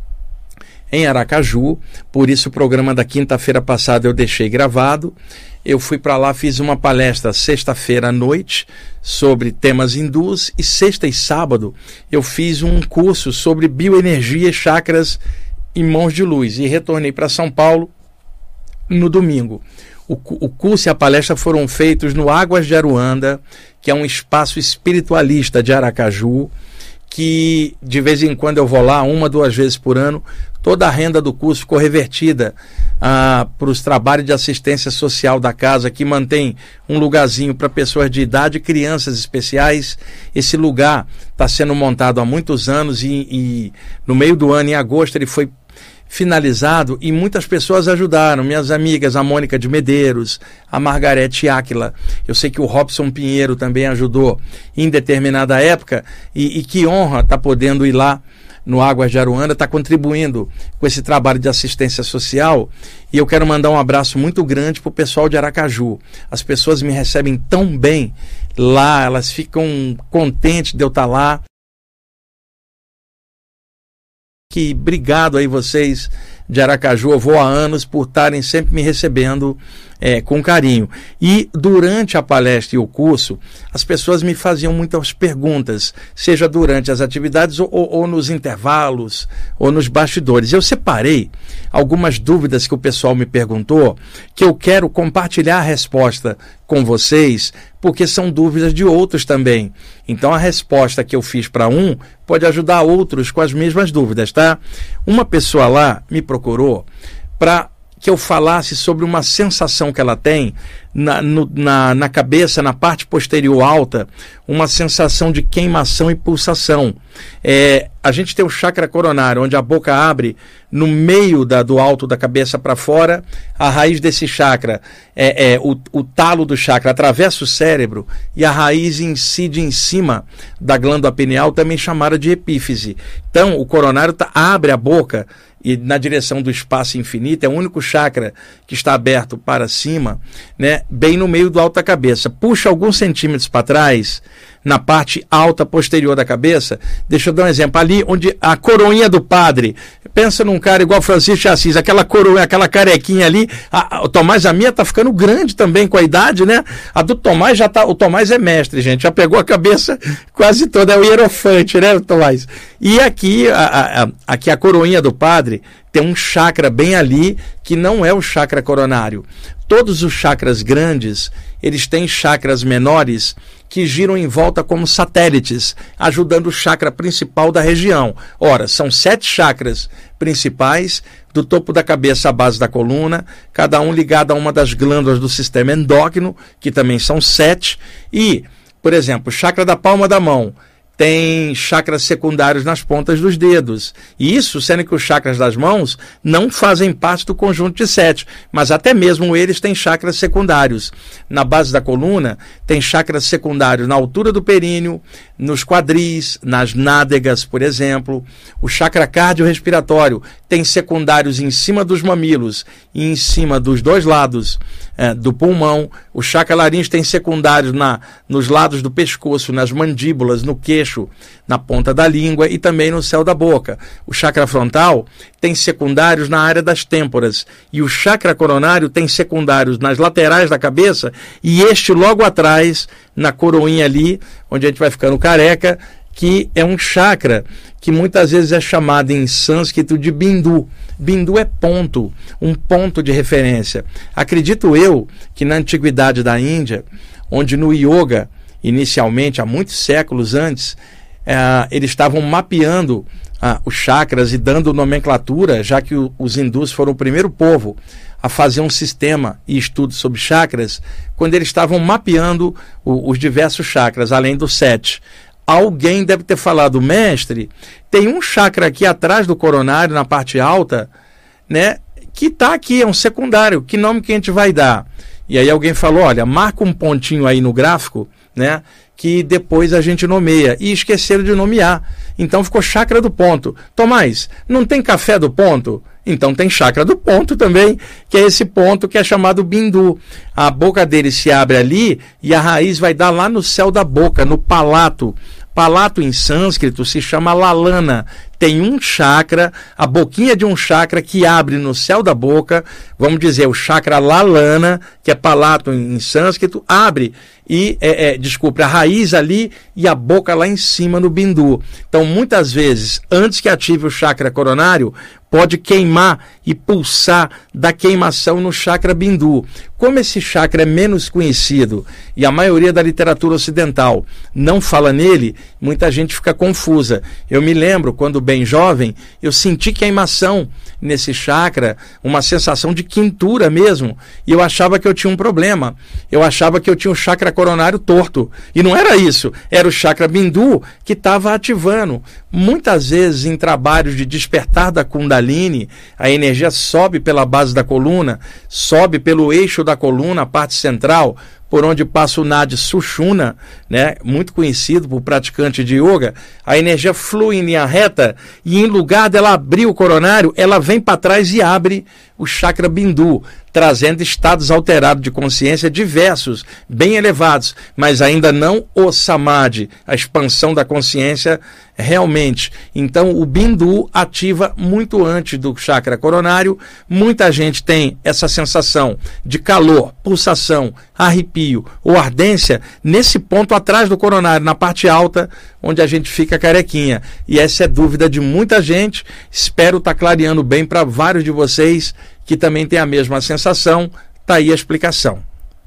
em Aracaju, por isso o programa da quinta-feira passada eu deixei gravado. Eu fui para lá, fiz uma palestra sexta-feira à noite sobre temas hindus, e sexta e sábado eu fiz um curso sobre bioenergia, chakras e mãos de luz, e retornei para São Paulo no domingo. O curso e a palestra foram feitos no Águas de Aruanda, que é um espaço espiritualista de Aracaju, que de vez em quando eu vou lá, 1, 2 vezes por ano. Toda a renda do curso ficou revertida para os trabalhos de assistência social da casa, que mantém um lugarzinho para pessoas de idade e crianças especiais. Esse lugar está sendo montado há muitos anos, e no meio do ano, em agosto, ele foi finalizado, e muitas pessoas ajudaram. Minhas amigas, a Mônica de Medeiros, a Margarete Áquila, eu sei que o Robson Pinheiro também ajudou em determinada época, e que honra estar podendo ir lá no Águas de Aruanda, está contribuindo com esse trabalho de assistência social. E eu quero mandar um abraço muito grande para o pessoal de Aracaju. As pessoas me recebem tão bem lá, elas ficam contentes de eu estar lá. Que obrigado aí vocês, de Aracaju. Eu vou há anos por estarem sempre me recebendo com carinho. E durante a palestra e o curso, as pessoas me faziam muitas perguntas, seja durante as atividades ou nos intervalos ou nos bastidores. Eu separei algumas dúvidas que o pessoal me perguntou, que eu quero compartilhar a resposta com vocês, porque são dúvidas de outros também. Então a resposta que eu fiz para um pode ajudar outros com as mesmas dúvidas, tá? Uma pessoa lá me procurou para que eu falasse sobre uma sensação que ela tem na cabeça, na parte posterior alta, uma sensação de queimação e pulsação. A gente tem o chakra coronário, onde a boca abre no meio do alto da cabeça para fora. A raiz desse chakra, o talo do chakra atravessa o cérebro e a raiz incide em cima da glândula pineal, também chamada de epífise. Então, o coronário abre a boca e na direção do espaço infinito, é o único chakra que está aberto para cima, né, bem no meio do alto da cabeça. Puxa alguns centímetros para trás, na parte alta posterior da cabeça. Deixa eu dar um exemplo. Ali onde a coroinha do padre, pensa num cara igual Francisco de Assis, aquela coroa, aquela carequinha ali. O Tomás, a minha tá ficando grande também com a idade, né? A do Tomás já tá. O Tomás é mestre, gente, já pegou a cabeça quase toda, é o hierofante, né, Tomás? E aqui a coroinha do padre tem um chakra bem ali que não é o chakra coronário. Todos os chakras grandes, eles têm chakras menores que giram em volta como satélites, ajudando o chakra principal da região. Ora, são 7 chakras principais, do topo da cabeça à base da coluna, cada um ligado a uma das glândulas do sistema endócrino, que também são 7. E, por exemplo, o chakra da palma da mão tem chakras secundários nas pontas dos dedos. E isso, sendo que os chakras das mãos não fazem parte do conjunto de 7, mas até mesmo eles têm chakras secundários. Na base da coluna, tem chakras secundários na altura do períneo, nos quadris, nas nádegas, por exemplo. O chakra cardiorrespiratório tem secundários em cima dos mamilos e em cima dos dois lados do pulmão. O chakra laríngeo tem secundários nos lados do pescoço, nas mandíbulas, no queixo, na ponta da língua e também no céu da boca. O chakra frontal tem secundários na área das têmporas e o chakra coronário tem secundários nas laterais da cabeça e este logo atrás, na coroinha ali, onde a gente vai ficando careca, que é um chakra que muitas vezes é chamado em sânscrito de bindu. Bindu é ponto, um ponto de referência. Acredito eu que na antiguidade da Índia, onde no yoga, inicialmente, há muitos séculos antes, eles estavam mapeando os chakras e dando nomenclatura, já que os hindus foram o primeiro povo a fazer um sistema e estudo sobre chakras, quando eles estavam mapeando os diversos chakras, além dos 7. Alguém deve ter falado, mestre, tem um chakra aqui atrás do coronário, na parte alta, né, que está aqui, é um secundário, que nome que a gente vai dar? E aí alguém falou, olha, marca um pontinho aí no gráfico, né, que depois a gente nomeia. E esqueceram de nomear. Então ficou chakra do ponto. Tomás, não tem café do ponto? Então tem chakra do ponto também, que é esse ponto que é chamado bindu. A boca dele se abre ali e a raiz vai dar lá no céu da boca, no palato. Palato em sânscrito se chama lalana. Tem um chakra, a boquinha de um chakra que abre no céu da boca, vamos dizer, o chakra lalana, que é palato em sânscrito, abre e, a raiz ali e a boca lá em cima no bindu. Então, muitas vezes, antes que ative o chakra coronário, pode queimar e pulsar da queimação no chakra bindu. Como esse chakra é menos conhecido e a maioria da literatura ocidental não fala nele, muita gente fica confusa. Eu me lembro, quando bem jovem, eu senti queimação nesse chakra, uma sensação de quintura mesmo, e eu achava que eu tinha um problema. Eu achava que eu tinha o chakra coronário torto. E não era isso, era o chakra bindu que estava ativando. Muitas vezes, em trabalhos de despertar da Kundalini, a energia sobe pela base da coluna, sobe pelo eixo da coluna, a parte central, por onde passa o Nadi Sushumna, né, muito conhecido por praticante de yoga. A energia flui em linha reta e, em lugar dela abrir o coronário, ela vem para trás e abre o chakra bindu, trazendo estados alterados de consciência diversos, bem elevados, mas ainda não o samadhi, a expansão da consciência realmente. Então o bindu ativa muito antes do chakra coronário. Muita gente tem essa sensação de calor, pulsação, arrepio ou ardência nesse ponto atrás do coronário, na parte alta, onde a gente fica carequinha. E essa é dúvida de muita gente. Espero estar clareando bem para vários de vocês que também têm a mesma sensação. Está aí a explicação.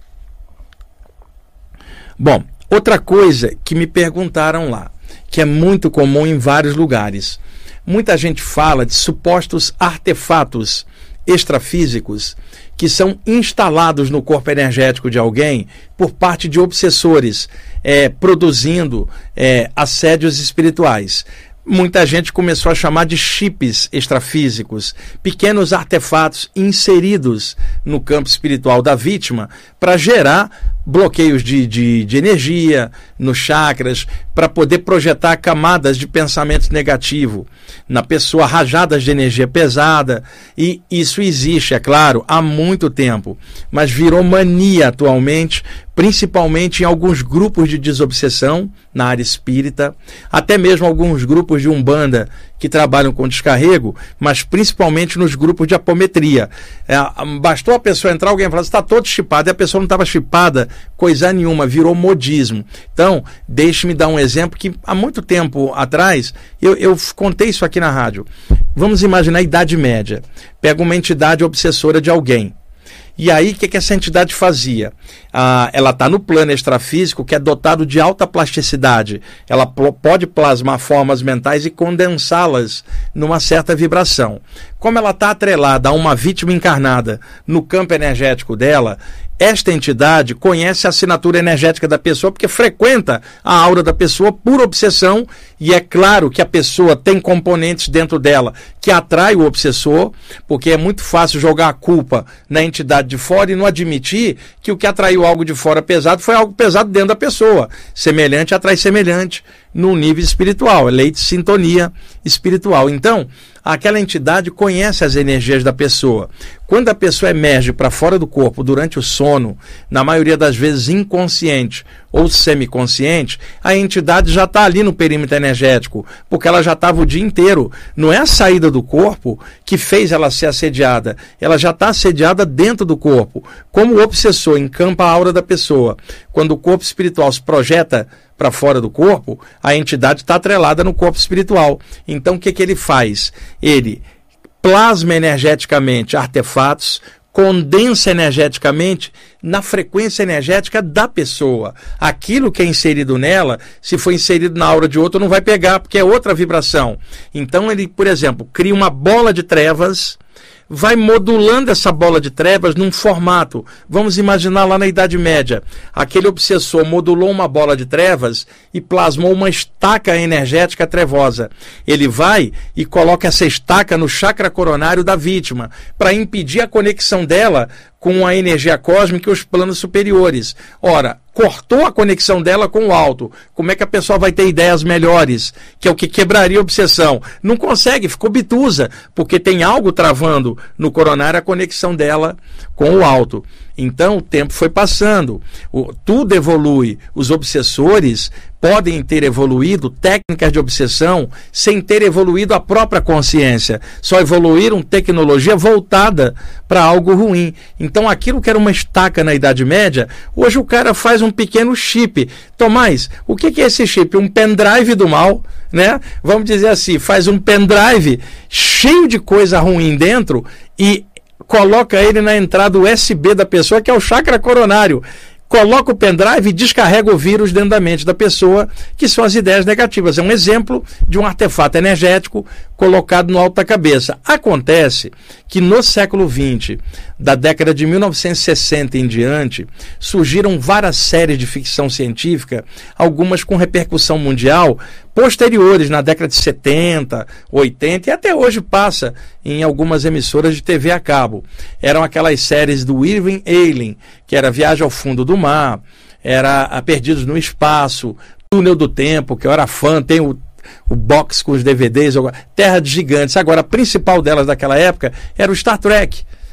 Bom, outra coisa que me perguntaram lá, que é muito comum em vários lugares. Muita gente fala de supostos artefatos extrafísicos que são instalados no corpo energético de alguém por parte de obsessores, produzindo assédios espirituais. Muita gente começou a chamar de chips extrafísicos, pequenos artefatos inseridos no campo espiritual da vítima para gerar bloqueios de energia nos chakras, para poder projetar camadas de pensamento negativo na pessoa, rajadas de energia pesada. E isso existe, é claro, há muito tempo, mas virou mania atualmente, principalmente em alguns grupos de desobsessão na área espírita, até mesmo alguns grupos de umbanda que trabalham com descarrego, mas principalmente nos grupos de apometria. Bastou a pessoa entrar, alguém falar, está todo chipado, e a pessoa não estava chipada, coisa nenhuma, virou modismo. Então, deixe-me dar um exemplo que há muito tempo atrás, eu contei isso aqui na rádio. Vamos imaginar a Idade Média. Pega uma entidade obsessora de alguém. E aí, o que essa entidade fazia? Ela está no plano extrafísico, que é dotado de alta plasticidade. Ela pode plasmar formas mentais e condensá-las numa certa vibração. Como ela está atrelada a uma vítima encarnada no campo energético dela, esta entidade conhece a assinatura energética da pessoa porque frequenta a aura da pessoa por obsessão, e é claro que a pessoa tem componentes dentro dela que atrai o obsessor, porque é muito fácil jogar a culpa na entidade de fora e não admitir que o que atraiu algo de fora pesado foi algo pesado dentro da pessoa. Semelhante atrai semelhante no nível espiritual, é lei de sintonia espiritual. Então, aquela entidade conhece as energias da pessoa. Quando a pessoa emerge para fora do corpo durante o sono, na maioria das vezes inconsciente ou semiconsciente, a entidade já está ali no perímetro energético, porque ela já estava o dia inteiro. Não é a saída do corpo que fez ela ser assediada, ela já está assediada dentro do corpo. Como o obsessor encampa a aura da pessoa, quando o corpo espiritual se projeta para fora do corpo, a entidade está atrelada no corpo espiritual. Então o que ele faz? Ele plasma energeticamente artefatos, condensa energeticamente na frequência energética da pessoa. Aquilo que é inserido nela, se for inserido na aura de outro, não vai pegar, porque é outra vibração. Então ele, por exemplo, cria uma bola de trevas, vai modulando essa bola de trevas num formato. Vamos imaginar lá na Idade Média, aquele obsessor modulou uma bola de trevas e plasmou uma estaca energética trevosa. Ele vai e coloca essa estaca no chakra coronário da vítima, para impedir a conexão dela com a energia cósmica e os planos superiores. Ora, cortou a conexão dela com o alto. Como é que a pessoa vai ter ideias melhores? Que é o que quebraria a obsessão. Não consegue, ficou obtusa, porque tem algo travando no coronário a conexão dela com o alto. Então o tempo foi passando, tudo evolui. Os obsessores podem ter evoluído técnicas de obsessão sem ter evoluído a própria consciência. Só evoluíram tecnologia voltada para algo ruim. Então aquilo que era uma estaca na Idade Média, hoje o cara faz um pequeno chip. Tomás, o que é esse chip? Um pendrive do mal, né? Vamos dizer assim, faz um pendrive cheio de coisa ruim dentro e coloca ele na entrada USB da pessoa, que é o chakra coronário. Coloca o pendrive e descarrega o vírus dentro da mente da pessoa, que são as ideias negativas. É um exemplo de um artefato energético colocado no alto da cabeça. Acontece que no século XX, da década de 1960 em diante, surgiram várias séries de ficção científica, algumas com repercussão mundial, posteriores, na década de 70, 80, e até hoje passa em algumas emissoras de TV a cabo. Eram aquelas séries do Irving Allen, que era Viagem ao Fundo do Mar, era Perdidos no Espaço, Túnel do Tempo, que eu era fã, tem o box com os DVDs, Terra de Gigantes. Agora, a principal delas daquela época era o Star Trek.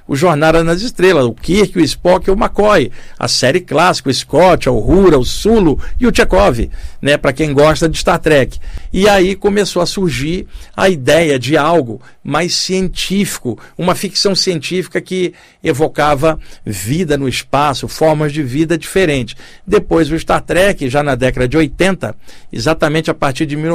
o Jornada nas Estrelas, o Kirk, o Spock e o McCoy, a série clássica, o Scott, o Uhura, o Sulu e o Chekhov, né, para quem gosta de Star Trek. E aí começou a surgir a ideia de algo mais científico, uma ficção científica que evocava vida no espaço, formas de vida diferentes. Depois o Star Trek, já na década de 80, exatamente a partir de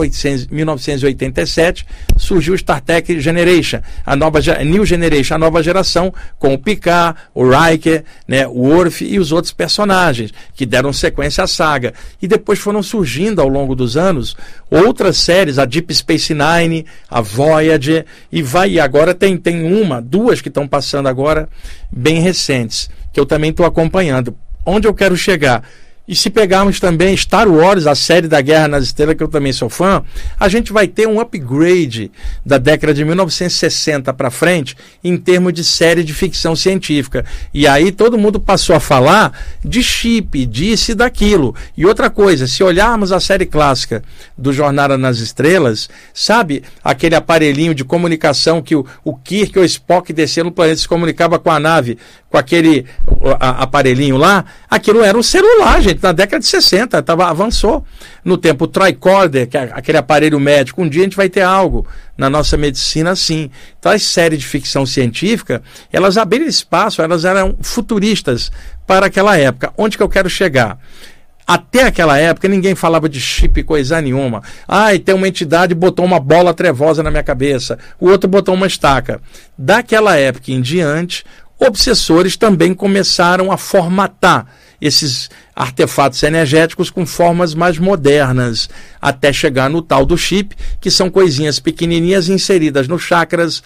1987, surgiu o Star Trek Generation, New Generation, a nova geração, com o Picard, o Riker, né, o Worf e os outros personagens, que deram sequência à saga. E depois foram surgindo ao longo dos anos outras séries, a Deep Space Nine, a Voyager, e agora tem duas que estão passando agora, bem recentes, que eu também estou acompanhando. Onde eu quero chegar? E se pegarmos também Star Wars, a série da Guerra nas Estrelas, que eu também sou fã, a gente vai ter um upgrade da década de 1960 para frente em termos de série de ficção científica. E aí todo mundo passou a falar de chip, disso e daquilo. E outra coisa, se olharmos a série clássica do Jornada nas Estrelas, sabe aquele aparelhinho de comunicação que o Kirk ou o Spock descia no planeta, se comunicava com a nave, com aquele aparelhinho lá? Aquilo era um celular, gente. Na década de 60, avançou no tempo. O tricorder, que é aquele aparelho médico, um dia a gente vai ter algo na nossa medicina assim. Então as séries de ficção científica, elas abriram espaço, elas eram futuristas para aquela época. Onde que eu quero chegar? Até aquela época ninguém falava de chip coisa nenhuma. E tem uma entidade botou uma bola trevosa na minha cabeça, o outro botou uma estaca. Daquela época em diante, obsessores também começaram a formatar esses artefatos energéticos com formas mais modernas, até chegar no tal do chip, que são coisinhas pequenininhas inseridas nos chakras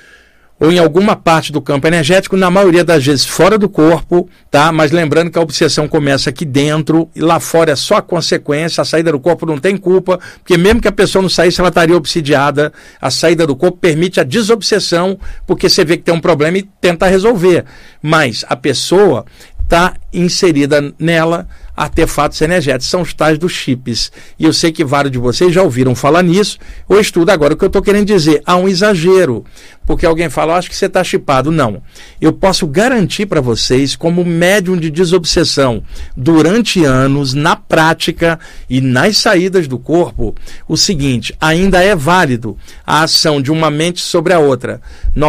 ou em alguma parte do campo energético, na maioria das vezes fora do corpo, tá? Mas lembrando que a obsessão começa aqui dentro e lá fora é só a consequência, a saída do corpo não tem culpa, porque mesmo que a pessoa não saísse, ela estaria obsidiada. A saída do corpo permite a desobsessão, porque você vê que tem um problema e tenta resolver. Mas a pessoa está inserida nela artefatos energéticos, são os tais dos chips. E eu sei que vários de vocês já ouviram falar nisso, ou estuda agora. O que eu estou querendo dizer, há um exagero, porque alguém fala, acho que você está chipado. Não, eu posso garantir para vocês, como médium de desobsessão, durante anos, na prática e nas saídas do corpo, o seguinte, ainda é válido a ação de uma mente sobre a outra.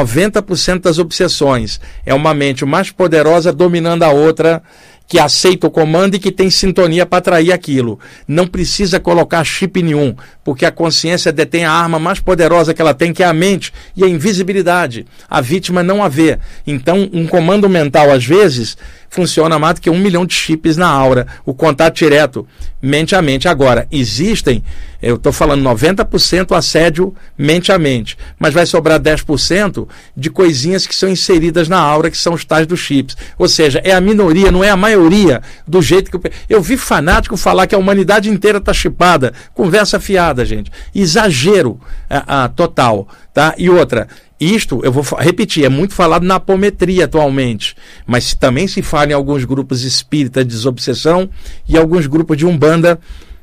90% das obsessões é uma mente mais poderosa dominando a outra, que aceita o comando e que tem sintonia para atrair aquilo. Não precisa colocar chip nenhum, porque a consciência detém a arma mais poderosa que ela tem, que é a mente e a invisibilidade. A vítima não a vê. Então, um comando mental, às vezes, funciona mais do que 1 milhão de chips na aura. O contato direto, mente a mente. Agora, existem, eu estou falando 90% assédio mente a mente, mas vai sobrar 10% de coisinhas que são inseridas na aura, que são os tais dos chips. Ou seja, é a minoria, não é a maioria, do jeito que eu vi fanático falar que a humanidade inteira está chipada. Conversa fiada, gente. Exagero total, tá? E outra, isto, eu vou repetir, é muito falado na apometria atualmente, mas também se fala em alguns grupos espíritas de desobsessão e alguns grupos de Umbanda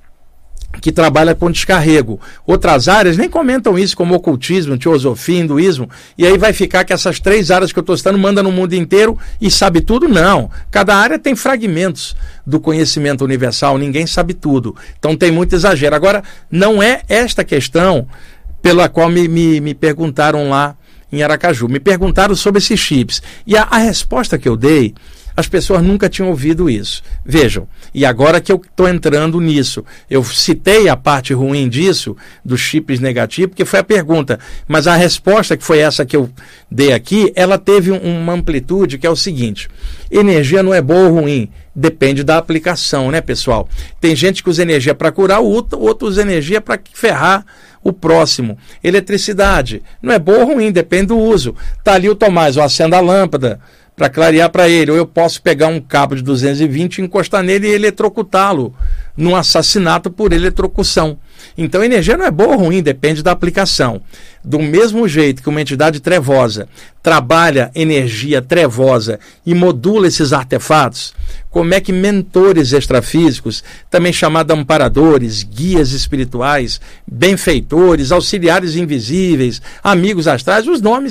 que trabalha com descarrego. Outras áreas nem comentam isso, como ocultismo, teosofia, hinduísmo, e aí vai ficar que essas 3 áreas que eu estou citando manda no mundo inteiro e sabe tudo? Não. Cada área tem fragmentos do conhecimento universal, ninguém sabe tudo. Então tem muito exagero. Agora, não é esta questão pela qual me perguntaram lá em Aracaju. Me perguntaram sobre esses chips. E a resposta que eu dei, as pessoas nunca tinham ouvido isso. Vejam, e agora que eu estou entrando nisso, eu citei a parte ruim disso, dos chips negativos, porque foi a pergunta, mas a resposta, que foi essa que eu dei aqui, ela teve uma amplitude, que é o seguinte: energia não é boa ou ruim, depende da aplicação, né, pessoal? Tem gente que usa energia para curar, o outro usa energia para ferrar o próximo. Eletricidade não é boa ou ruim, depende do uso. Está ali o Tomás, eu acendo a lâmpada para clarear para ele, ou eu posso pegar um cabo de 220 e encostar nele e eletrocutá-lo num assassinato por eletrocução. Então a energia não é boa ou ruim, depende da aplicação. Do mesmo jeito que uma entidade trevosa trabalha energia trevosa e modula esses artefatos, como é que mentores extrafísicos, também chamados amparadores, guias espirituais, benfeitores, auxiliares invisíveis, amigos astrais, os nomes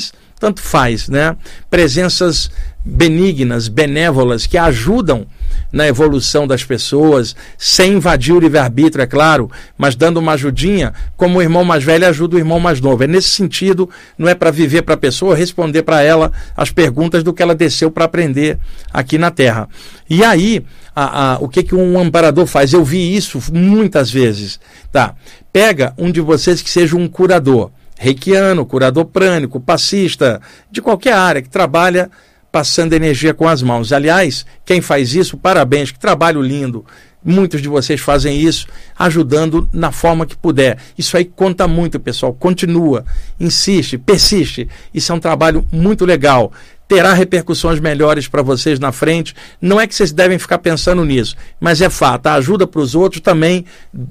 tanto faz, né? Presenças benignas, benévolas, que ajudam na evolução das pessoas, sem invadir o livre-arbítrio, é claro, mas dando uma ajudinha, como o irmão mais velho ajuda o irmão mais novo. É nesse sentido, não é para viver para a pessoa, responder para ela as perguntas do que ela desceu para aprender aqui na Terra. E aí, o que um amparador faz? Eu vi isso muitas vezes. Tá? Pega um de vocês que seja um curador, reikiano, curador prânico, passista, de qualquer área, que trabalha passando energia com as mãos. Aliás, quem faz isso, parabéns, que trabalho lindo. Muitos de vocês fazem isso, ajudando na forma que puder. Isso aí conta muito, pessoal. Continua, insiste, persiste. Isso é um trabalho muito legal. Terá repercussões melhores para vocês na frente. Não é que vocês devem ficar pensando nisso, mas é fato. A ajuda para os outros também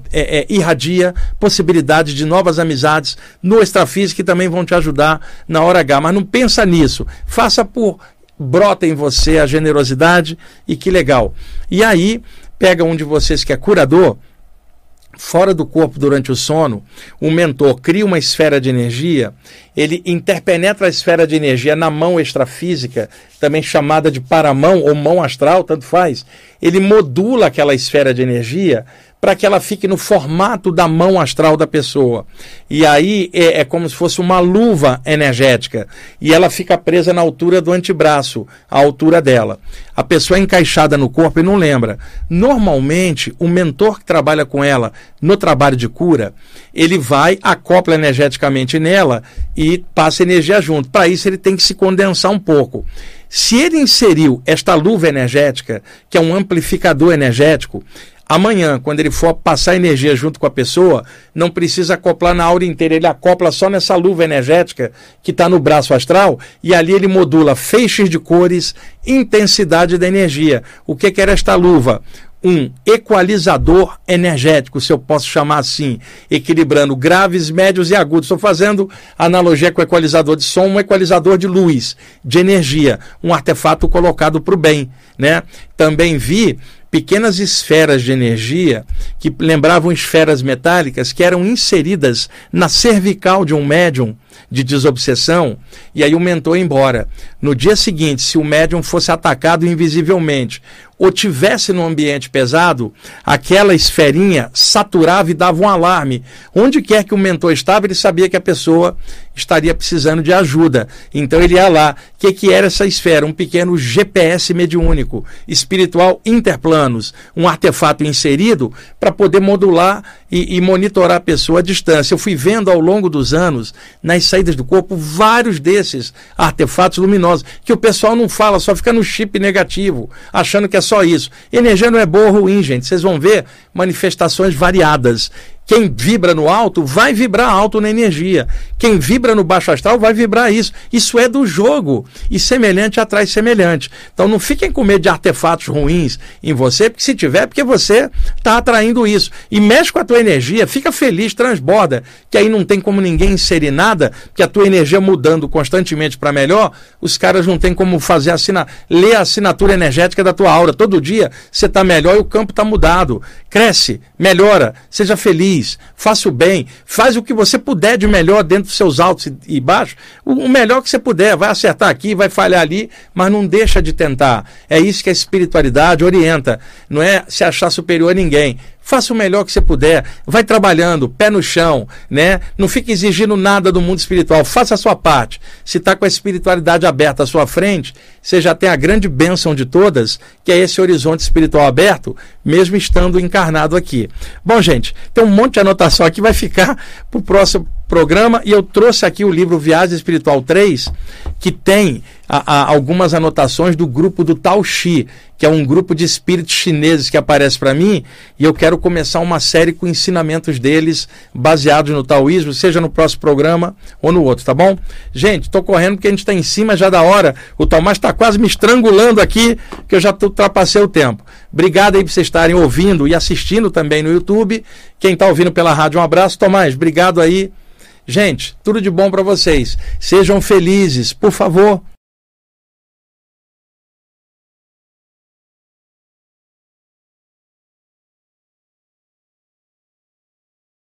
irradia possibilidades de novas amizades no extrafísico que também vão te ajudar na hora H. Mas não pensa nisso. Faça brota em você a generosidade e que legal. E aí, pega um de vocês que é curador, fora do corpo durante o sono, o mentor cria uma esfera de energia, ele interpenetra a esfera de energia na mão extrafísica, também chamada de paramão ou mão astral, tanto faz. Ele modula aquela esfera de energia para que ela fique no formato da mão astral da pessoa. E aí é como se fosse uma luva energética. E ela fica presa na altura do antebraço, a altura dela. A pessoa é encaixada no corpo e não lembra. Normalmente, o mentor que trabalha com ela no trabalho de cura, ele vai, acopla energeticamente nela e passa energia junto. Para isso, ele tem que se condensar um pouco. Se ele inseriu esta luva energética, que é um amplificador energético, amanhã, quando ele for passar energia junto com a pessoa, não precisa acoplar na aura inteira, ele acopla só nessa luva energética que está no braço astral, e ali ele modula feixes de cores, intensidade da energia. O que era esta luva? Um equalizador energético, se eu posso chamar assim, equilibrando graves, médios e agudos. Estou fazendo analogia com o equalizador de som, um equalizador de luz, de energia, um artefato colocado para o bem, né? Também vi pequenas esferas de energia que lembravam esferas metálicas que eram inseridas na cervical de um médium de desobsessão, e aí o mentor ia embora. No dia seguinte, se o médium fosse atacado invisivelmente ou tivesse num ambiente pesado, aquela esferinha saturava e dava um alarme. Onde quer que o mentor estava, ele sabia que a pessoa estaria precisando de ajuda. Então ele ia lá. O que era essa esfera? Um pequeno GPS mediúnico, espiritual interplanos, um artefato inserido para poder modular e monitorar a pessoa à distância. Eu fui vendo ao longo dos anos, nas saídas do corpo, vários desses artefatos luminosos, que o pessoal não fala, só fica no chip negativo, achando que é só isso. Energia não é boa ou ruim, gente. Vocês vão ver manifestações variadas. Quem vibra no alto vai vibrar alto na energia. Quem vibra no baixo astral vai vibrar isso. Isso é do jogo. E semelhante atrai semelhante. Então não fiquem com medo de artefatos ruins em você, porque se tiver, porque você está atraindo isso. E mexe com a tua energia, fica feliz, transborda, que aí não tem como ninguém inserir nada, porque a tua energia mudando constantemente para melhor, os caras não tem como fazer ler a assinatura energética da tua aura. Todo dia você está melhor e o campo está mudado. Cresce, melhora, seja feliz. Faça o bem, faz o que você puder de melhor dentro dos seus altos e baixos, o melhor que você puder, vai acertar aqui, vai falhar ali, mas não deixa de tentar. É isso que a espiritualidade orienta, não é se achar superior a ninguém. Faça o melhor que você puder, vai trabalhando, pé no chão, né? Não fique exigindo nada do mundo espiritual, faça a sua parte. Se está com a espiritualidade aberta à sua frente, você já tem a grande bênção de todas, que é esse horizonte espiritual aberto, mesmo estando encarnado aqui. Bom, gente, tem um monte de anotação aqui, vai ficar para o próximo programa, e eu trouxe aqui o livro Viagem Espiritual 3, que tem algumas anotações do grupo do Tao Xi, que é um grupo de espíritos chineses que aparece para mim, e eu quero começar uma série com ensinamentos deles baseados no taoísmo, seja no próximo programa ou no outro, tá bom? Gente, estou correndo porque a gente está em cima já da hora, o Tomás está quase me estrangulando aqui, que eu já ultrapassei o tempo. Obrigado aí por vocês estarem ouvindo e assistindo também no YouTube. Quem está ouvindo pela rádio, um abraço. Tomás, obrigado aí. Gente, tudo de bom para vocês. Sejam felizes, por favor.